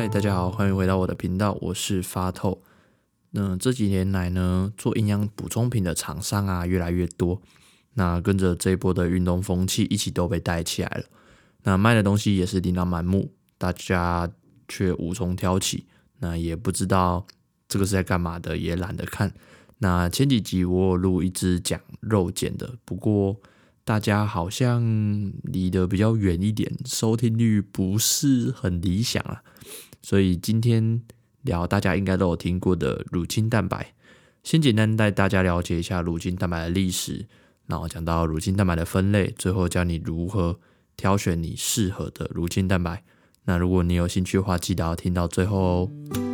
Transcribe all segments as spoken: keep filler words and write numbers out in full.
嗨，大家好，欢迎回到我的频道，我是发透。那这几年来呢，做营养补充品的厂商啊越来越多，那跟着这一波的运动风气一起都被带起来了。那卖的东西也是琳琅满目，大家却无从挑起，那也不知道这个是在干嘛的，也懒得看。那前几集我有录一支讲肉碱的，不过大家好像离得比较远一点，收听率不是很理想啊。所以今天聊大家应该都有听过的乳清蛋白，先简单带大家了解一下乳清蛋白的历史，然后讲到乳清蛋白的分类，最后教你如何挑选你适合的乳清蛋白。那如果你有兴趣的话，记得要听到最后哦。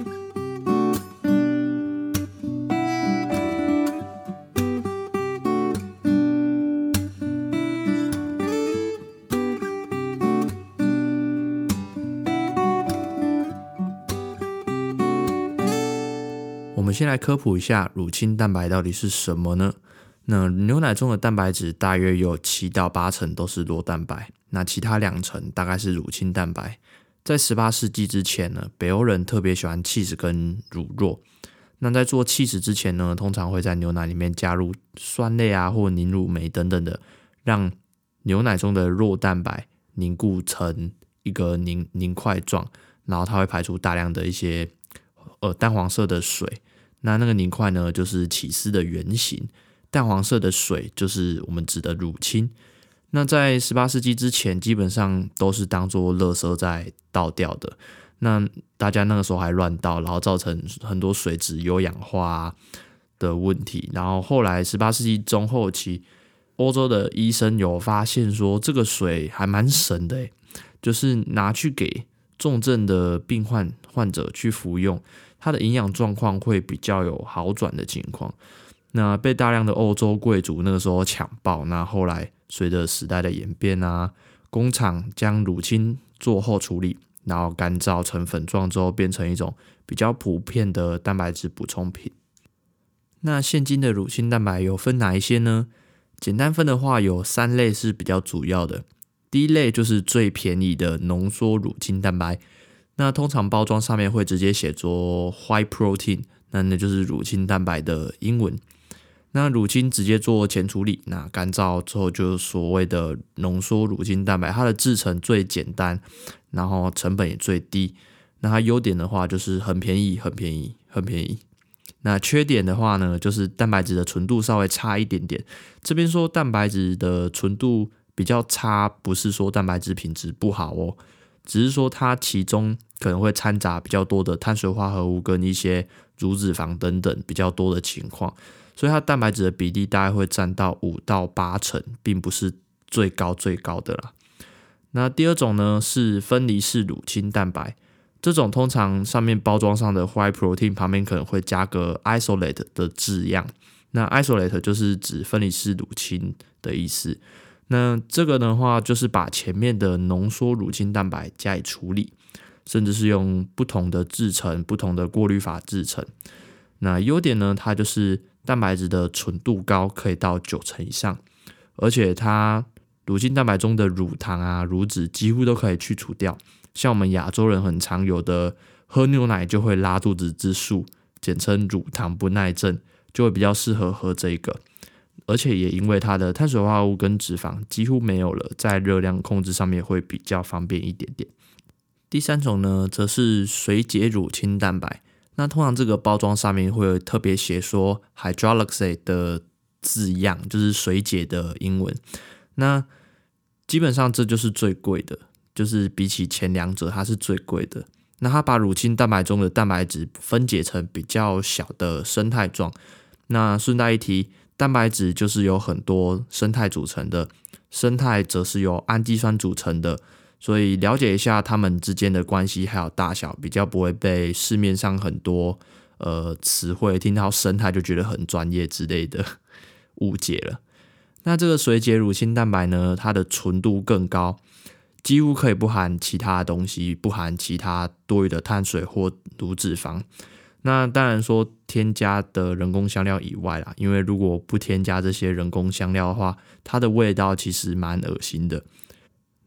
我们先来科普一下乳清蛋白到底是什么呢？那牛奶中的蛋白质大约有七到八成都是酪蛋白，那其他两成大概是乳清蛋白。在十八世纪之前呢，北欧人特别喜欢起司跟乳酪。那在做起司之前呢，通常会在牛奶里面加入酸类啊或凝乳酶等等的，让牛奶中的酪蛋白凝固成一个凝凝块状，然后它会排出大量的一些呃淡黄色的水。那那个凝块呢，就是起司的原型，淡黄色的水就是我们指的乳清。那在十八世纪之前，基本上都是当作垃圾在倒掉的。那大家那个时候还乱倒，然后造成很多水质有氧化的问题。然后后来十八世纪中后期，欧洲的医生有发现说，这个水还蛮神的，就是拿去给重症的病患患者去服用，它的营养状况会比较有好转的情况。那被大量的欧洲贵族那个时候抢爆，那后来随着时代的演变啊，工厂将乳清做后处理，然后干燥成粉状之后，变成一种比较普遍的蛋白质补充品。那现今的乳清蛋白有分哪一些呢？简单分的话，有三类是比较主要的。第一类就是最便宜的浓缩乳清蛋白，那通常包装上面会直接写作 Whey Protein， 那那就是乳清蛋白的英文。那乳清直接做前处理，那干燥之后就是所谓的浓缩乳清蛋白，它的制成最简单，然后成本也最低。那它优点的话就是很便宜，很便宜，很便宜。那缺点的话呢，就是蛋白质的纯度稍微差一点点。这边说蛋白质的纯度比较差，不是说蛋白质品质不好哦，只是说它其中可能会掺杂比较多的碳水化合物跟一些乳脂肪等等比较多的情况，所以它蛋白质的比例大概会占到五到八成，并不是最高最高的啦。那第二种呢是分离式乳清蛋白，这种通常上面包装上的 Whey Protein 旁边可能会加个 isolate 的字样，那 isolate 就是指分离式乳清的意思。那这个的话就是把前面的浓缩乳清蛋白加以处理，甚至是用不同的制成、不同的过滤法制成。那优点呢，它就是蛋白质的纯度高，可以到九成以上，而且它乳清蛋白中的乳糖啊、乳脂几乎都可以去除掉。像我们亚洲人很常有的喝牛奶就会拉肚子之术，简称乳糖不耐症，就会比较适合喝这个。而且也因为它的碳水化合物跟脂肪几乎没有了，在热量控制上面会比较方便一点点。第三种呢，则是水解乳清蛋白。那通常这个包装上面会特别写说 hydroxylase 的字样，就是水解的英文。那基本上这就是最贵的，就是比起前两者它是最贵的。那它把乳清蛋白中的蛋白质分解成比较小的生态状。那顺带一提，蛋白质就是由很多生态组成的，生态则是由氨基酸组成的，所以了解一下它们之间的关系还有大小，比较不会被市面上很多呃词汇听到生态就觉得很专业之类的误解了。那这个水解乳清蛋白呢，它的纯度更高，几乎可以不含其他东西，不含其他多余的碳水或乳脂肪。那当然说添加的人工香料以外啦，因为如果不添加这些人工香料的话，它的味道其实蛮恶心的。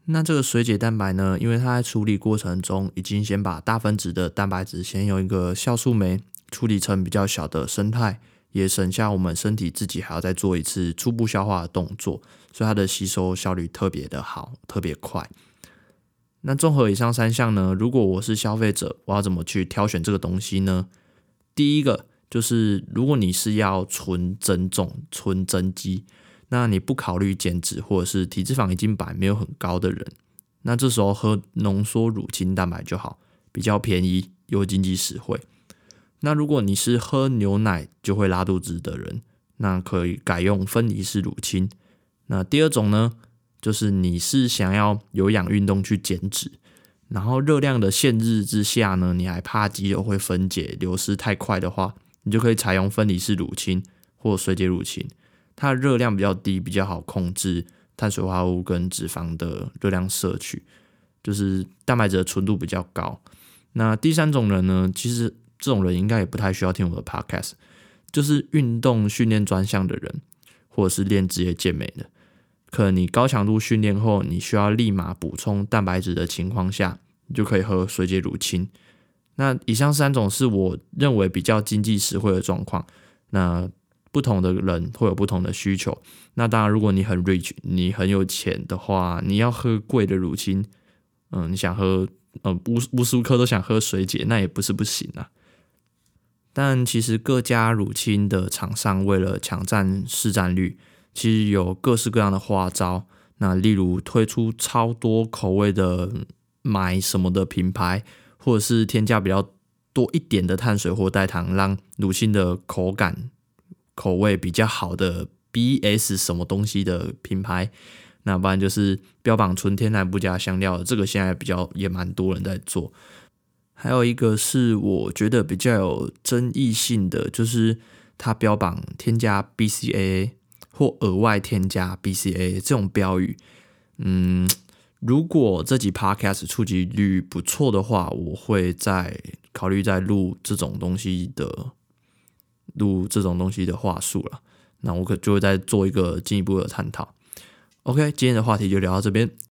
那这个水解蛋白呢，因为它在处理过程中已经先把大分子的蛋白质先用一个酵素酶处理成比较小的生态，也省下我们身体自己还要再做一次初步消化的动作，所以它的吸收效率特别的好，特别快。那综合以上三项呢，如果我是消费者，我要怎么去挑选这个东西呢？第一个就是如果你是要纯增重、纯增肌，那你不考虑减脂或者是体脂肪已经本来没有很高的人，那这时候喝浓缩乳清蛋白就好，比较便宜又经济实惠。那如果你是喝牛奶就会拉肚子的人，那可以改用分离式乳清。那第二种呢，就是你是想要有氧运动去减脂，然后热量的限制之下呢，你还怕肌肉会分解流失太快的话，你就可以采用分离式乳清或水解乳清。它的热量比较低，比较好控制碳水化合物跟脂肪的热量摄取，就是蛋白质的纯度比较高。那第三种人呢，其实这种人应该也不太需要听我的 podcast， 就是运动训练专项的人，或者是练职业健美的，可能你高强度训练后，你需要立马补充蛋白质的情况下，你就可以喝水解乳清。那以上三种是我认为比较经济实惠的状况。那不同的人会有不同的需求。那当然，如果你很 rich， 你很有钱的话，你要喝贵的乳清，嗯，你想喝，呃，无无时无刻都想喝水解，那也不是不行啊。但其实各家乳清的厂商为了抢占市占率，其实有各式各样的花招。那例如推出超多口味的买什么的品牌，或者是添加比较多一点的碳水或代糖，让乳清的口感口味比较好的 B S 什么东西的品牌。那不然就是标榜纯天然不加香料的，这个现在比较也蛮多人在做。还有一个是我觉得比较有争议性的，就是它标榜添加 B C A A 或额外添加 B C A A 这种标语。嗯，如果这集 podcast 触及率不错的话，我会再考虑再录这种东西的录这种东西的话术了。那我可就会再做一个进一步的探讨。OK， 今天的话题就聊到这边。